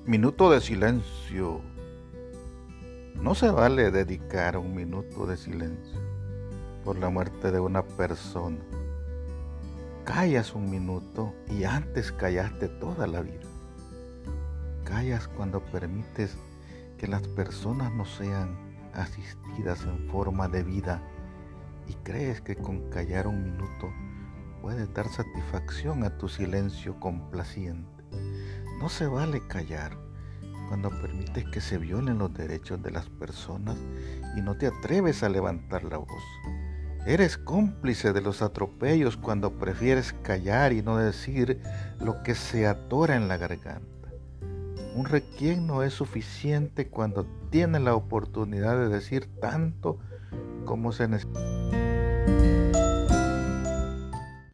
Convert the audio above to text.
Minuto de silencio. No se vale dedicar un minuto de silencio por la muerte de una persona. Callas un minuto y antes callaste toda la vida. Callas cuando permites que las personas no sean asistidas en forma de vida y crees que con callar un minuto puedes dar satisfacción a tu silencio complaciente. No se vale callar cuando permites que se violen los derechos de las personas y no te atreves a levantar la voz. Eres cómplice de los atropellos cuando prefieres callar y no decir lo que se atora en la garganta. Un requiem no es suficiente cuando tiene la oportunidad de decir tanto como se necesita.